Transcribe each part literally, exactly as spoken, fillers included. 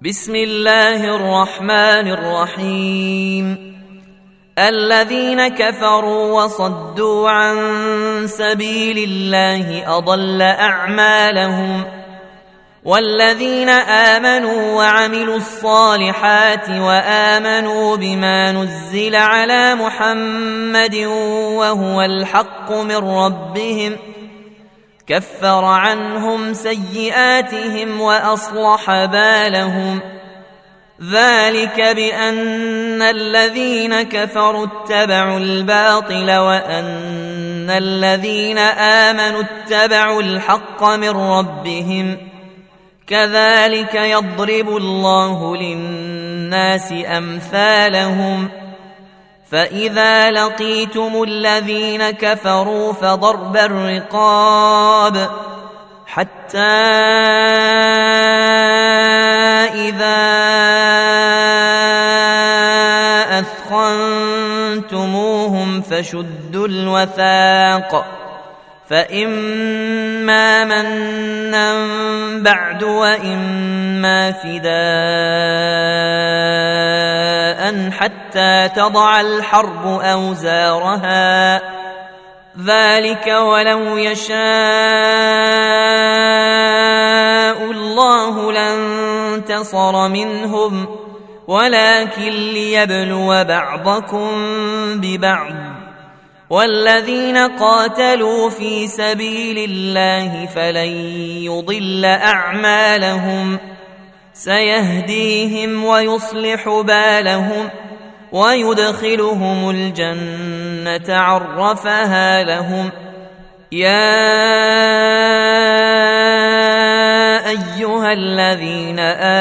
بسم الله الرحمن الرحيم. الذين كفروا وصدوا عن سبيل الله أضل أعمالهم، والذين آمنوا وعملوا الصالحات وآمنوا بما نزل على محمد وهو الحق من ربهم كفر عنهم سيئاتهم وأصلح بالهم. ذلك بأن الذين كفروا اتبعوا الباطل وأن الذين آمنوا اتبعوا الحق من ربهم. كذلك يضرب الله للناس أمثالهم. فإذا لقيتم الذين كفروا فضرب الرقاب حتى إذا أثخنتموهم فشدوا الوثاق، فإما منا بعد وإما فداء حتى تضع الحرب أوزارها. ذلك ولو يشاء الله لانتصر منهم، ولكن ليبلو بعضكم ببعض. والذين قاتلوا في سبيل الله فلن يضل أعمالهم، سيهديهم ويصلح بالهم ويدخلهم الجنة عرفها لهم. يا أيها الذين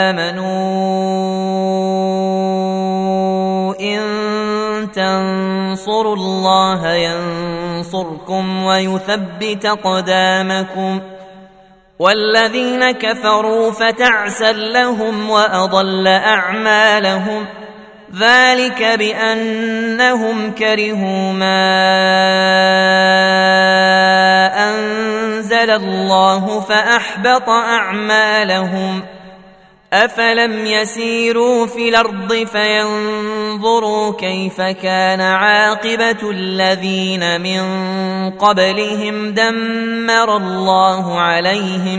آمنوا إن تنصروا الله ينصركم ويثبت أقدامكم. والذين كفروا فتعسا لهم وأضل أعمالهم. ذلك بأنهم كرهوا ما أنزل الله فأحبط أعمالهم. أفلم يسيروا في الأرض فينظروا كيف كان عاقبة الذين من قبلهم دمر الله عليهم،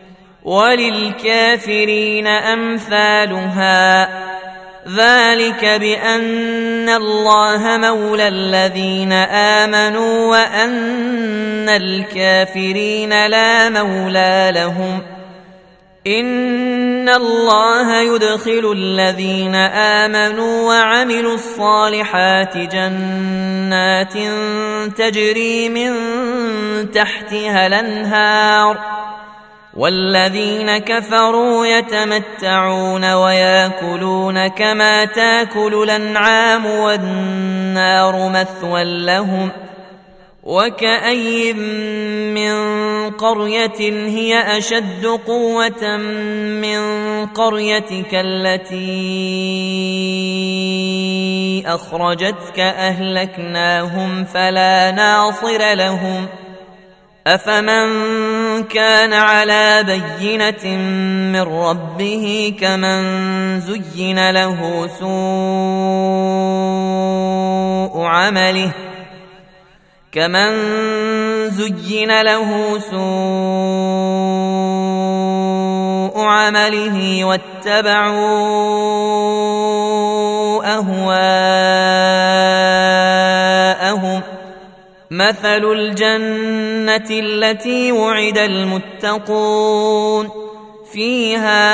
وللكافرين أمثالها. ذلك بأن الله مولى الذين آمنوا وأن الكافرين لا مولى لهم. إن الله يدخل الذين آمنوا وعملوا الصالحات جنات تجري من تحتها الأنهار، والذين كفروا يتمتعون ويأكلون كما تأكل الأنعام والنار مثوى لهم. وكأي من قرية هي أشد قوة من قريتك التي أخرجتك أهلكناهم فلا ناصر لهم. أفمن كان على بينة من ربه كمن زين له سوء عمله كمن زين له سوء عمله واتبعوا أهواءهم. مثل الجنة التي وعد المتقون فيها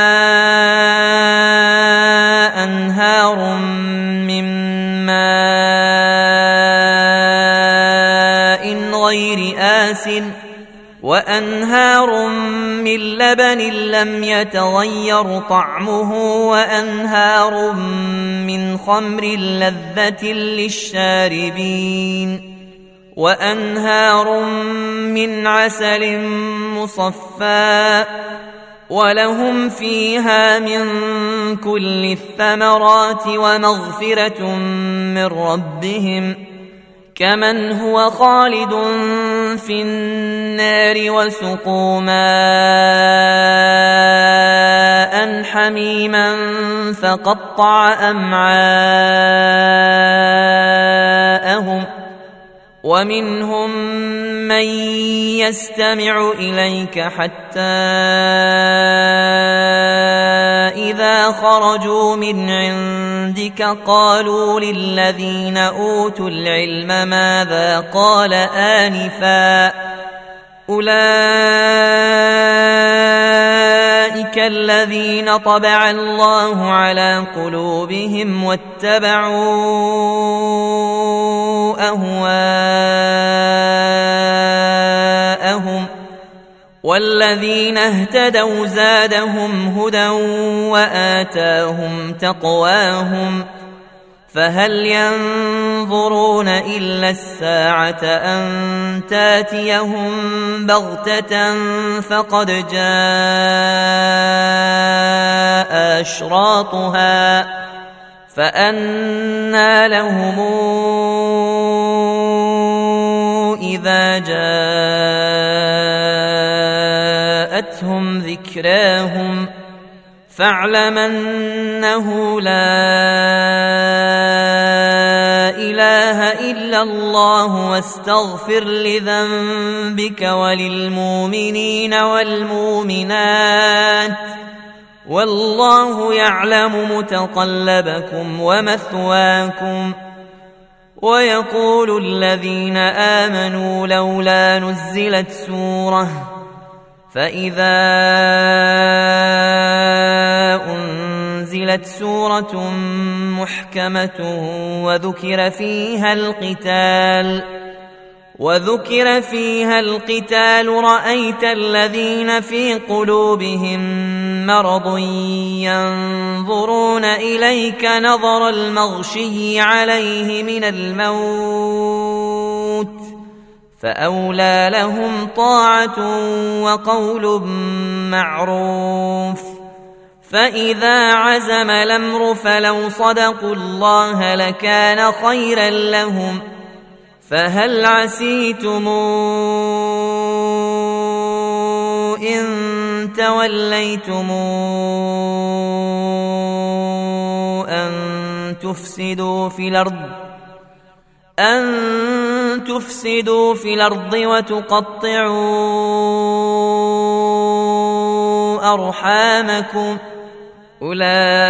أنهار من ماء غير آسن وأنهار من لبن لم يتغير طعمه وأنهار من خمر لذة للشاربين وأنهار من عسل مصفى ولهم فيها من كل الثمرات ومغفرة من ربهم كمن هو خالد في النار وسقوا ماء حميما فقطع أمعاءهم ومنهم من يستمع إليك حتى إذا خرجوا من عندك قالوا للذين أوتوا العلم ماذا قال آنفا أولئك الذين طبع الله على قلوبهم واتبعوا أهواءهم والذين اهتدوا زادهم هدى وآتاهم تقواهم فهل ينظرون إلا الساعة أن تاتيهم بغتة فقد جاء أشراطها فأنى لهم إذا جاءتهم ذكراهم فاعلم أنه لا إله إلا الله واستغفر لذنبك وللمؤمنين والمؤمنات والله يعلم متقلبكم ومثواكم ويقول الذين آمنوا لولا نزلت سورة فإذا أنزلت سورة محكمة وذكر فيها القتال وذكر فيها القتال رأيت الذين في قلوبهم مرض ينظرون إليك نظر المغشي عليه من الموت فأولى لهم طاعة وقول معروف فإذا عزم الأمر فلو صدقوا الله لكان خيرا لهم فهل عسيتم إن توليتم أن تفسدوا في الأرض أن تفسدوا في الأرض وتقطعوا أرحامكم أولئك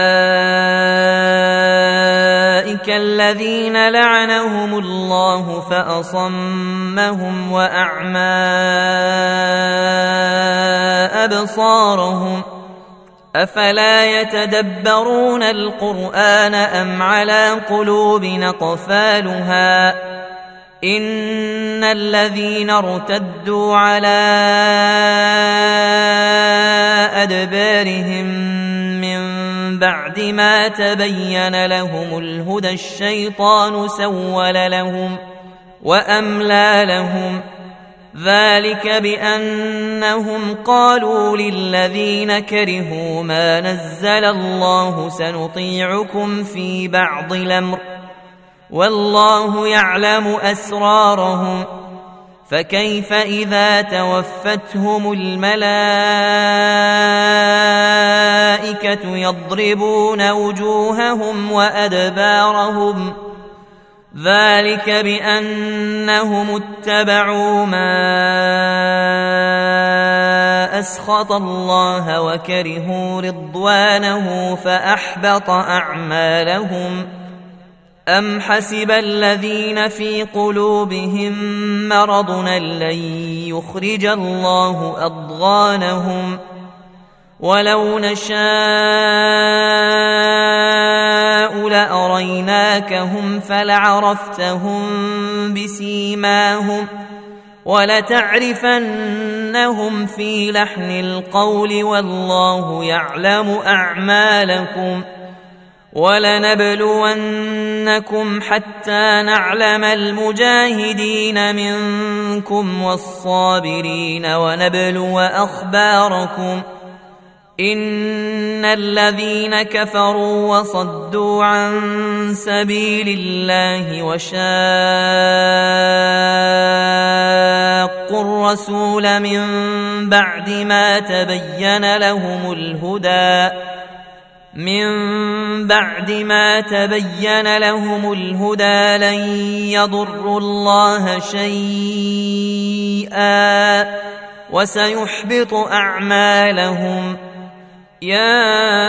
الذين لعنهم الله فأصمهم وأعمى أبصارهم أفلا يتدبرون القرآن أم على قلوب أقفالها إن الذين ارتدوا على أدبارهم من بعد ما تبين لهم الهدى الشيطان سول لهم وأملى لهم ذلك بأنهم قالوا للذين كرهوا ما نزل الله سنطيعكم في بعض الأمر والله يعلم أسرارهم فكيف إذا توفتهم الملائكة يضربون وجوههم وأدبارهم ذلك بأنهم اتبعوا ما أسخط الله وكرهوا رضوانه فأحبط أعمالهم أم حسب الذين في قلوبهم مرض لن يخرج الله أضغانهم ولو نشاء لأريناكهم فلعرفتهم بسيماهم ولتعرفنهم في لحن القول والله يعلم أعمالكم ولنبلونكم حتى نعلم المجاهدين منكم والصابرين ونبلو أخباركم إن الذين كفروا وصدوا عن سبيل الله وشاقوا الرسول من بعد ما تبين لهم الهدى من بعد ما تبين لهم الهدى لن يضروا الله شيئا وسيحبط أعمالهم. يا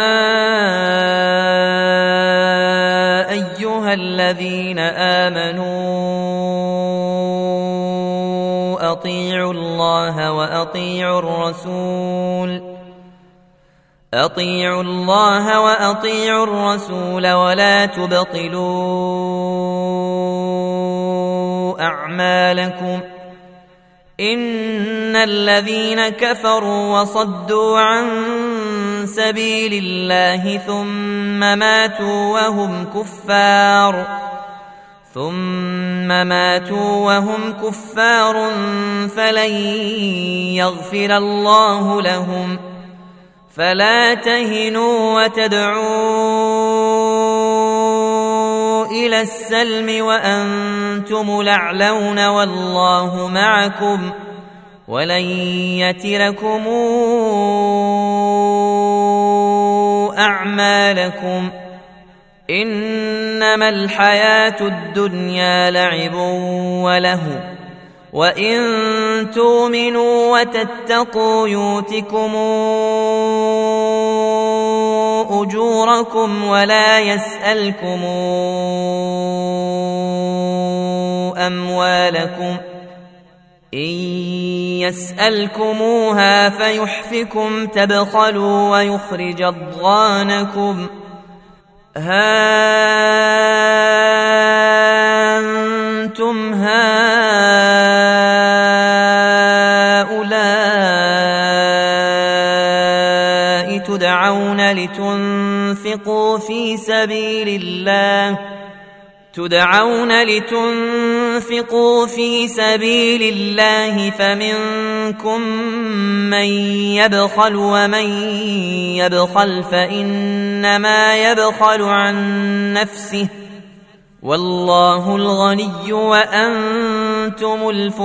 أيها الذين آمنوا أطيعوا الله وأطيعوا الرسول أطيعوا الله وأطيعوا الرسول ولا تبطلوا أعمالكم إن الذين كفروا وصدوا عن سبيل الله ثم ماتوا وهم كفار ثم ماتوا وهم كفار فلن يغفر الله لهم. فلا تهنوا وتدعوا إلى السلم وأنتم الأعلون والله معكم ولن يتركم أعمالكم. إنما الحياة الدنيا لعب ولهو وإن تؤمنوا وتتقوا يؤتكم أجوركم ولا يسألكم أموالكم إن يسألكموها فيحفكم تبخلوا ويخرج أضغانكم. ها أنتم هؤلاء تدعون لتنفقوا في سبيل الله تدعون لتنفقوا في سبيل الله فمنكم من يبخل ومن يبخل فإنما يبخل عن نفسه والله الغني وأنتم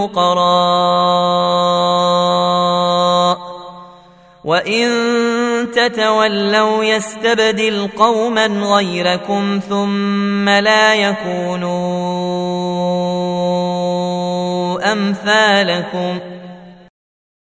الفقراء وإن تتولوا يستبدل قوما غيركم ثم لا يكونوا أمثالكم.